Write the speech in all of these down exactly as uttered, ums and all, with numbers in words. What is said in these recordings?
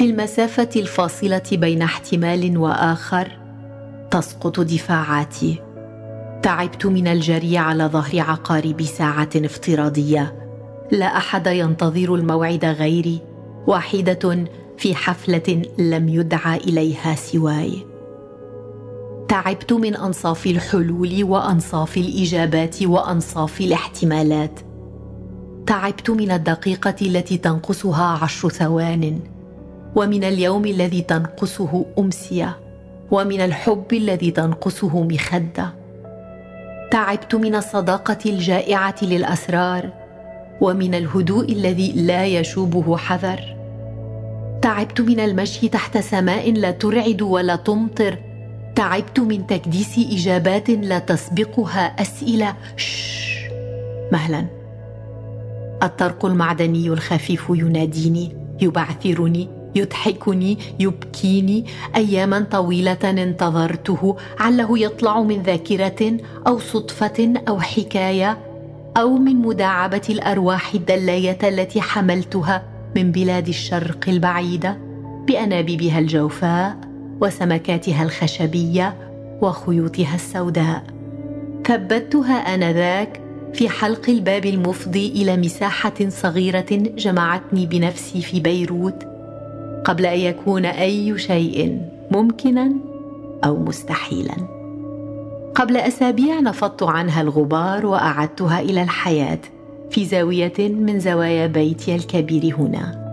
في المسافة الفاصلة بين احتمال وآخر تسقط دفاعاتي. تعبت من الجري على ظهر عقارب ساعة افتراضية، لا أحد ينتظر الموعد غيري، واحدة في حفلة لم يدعى إليها سواي. تعبت من أنصاف الحلول وأنصاف الإجابات وأنصاف الاحتمالات. تعبت من الدقيقة التي تنقصها عشر ثوان، ومن اليوم الذي تنقصه أمسية، ومن الحب الذي تنقصه مخدة. تعبت من الصداقة الجائعة للأسرار، ومن الهدوء الذي لا يشوبه حذر. تعبت من المشي تحت سماء لا ترعد ولا تمطر. تعبت من تكديس إجابات لا تسبقها أسئلة. شش، مهلا. الطرق المعدني الخفيف يناديني، يبعثرني، يضحكني، يبكيني. أياما طويلة انتظرته، عله يطلع من ذاكرة أو صدفة أو حكاية، أو من مداعبة الأرواح الدلاية التي حملتها من بلاد الشرق البعيدة بأنابيبها الجوفاء وسمكاتها الخشبية وخيوطها السوداء. ثبتها آنذاك في حلق الباب المفضي إلى مساحة صغيرة جمعتني بنفسي في بيروت، قبل أن يكون أي شيء ممكنا أو مستحيلا. قبل أسابيع نفضت عنها الغبار وأعدتها إلى الحياة في زاوية من زوايا بيتي الكبير هنا.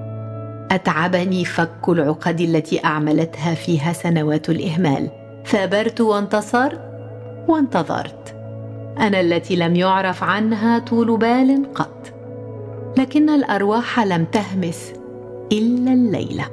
أتعبني فك العقد التي أعملتها فيها سنوات الإهمال. ثابرت وانتصرت وانتظرت، أنا التي لم يعرف عنها طول بال قط. لكن الأرواح لم تهمس إلا الليلة.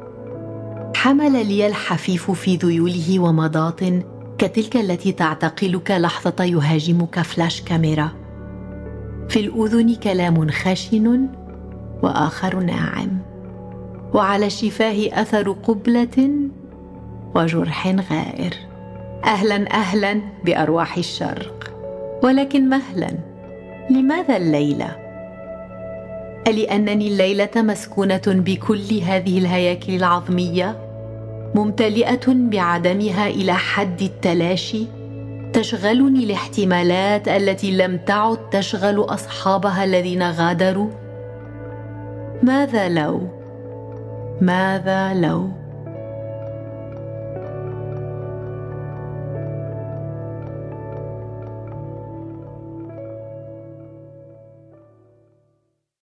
حمل لي الحفيف في ذيوله ومضات كتلك التي تعتقلك لحظة يهاجمك فلاش كاميرا. في الأذن كلام خشن وآخر ناعم، وعلى الشفاه أثر قبلة وجرح غائر. أهلا أهلا بأرواح الشرق، ولكن مهلا، لماذا الليلة؟ ألأنني الليلة مسكونة بكل هذه الهياكل العظمية، ممتلئة بعدمها إلى حد التلاشي؟ تشغلني الاحتمالات التي لم تعد تشغل أصحابها الذين غادروا. ماذا لو؟ ماذا لو؟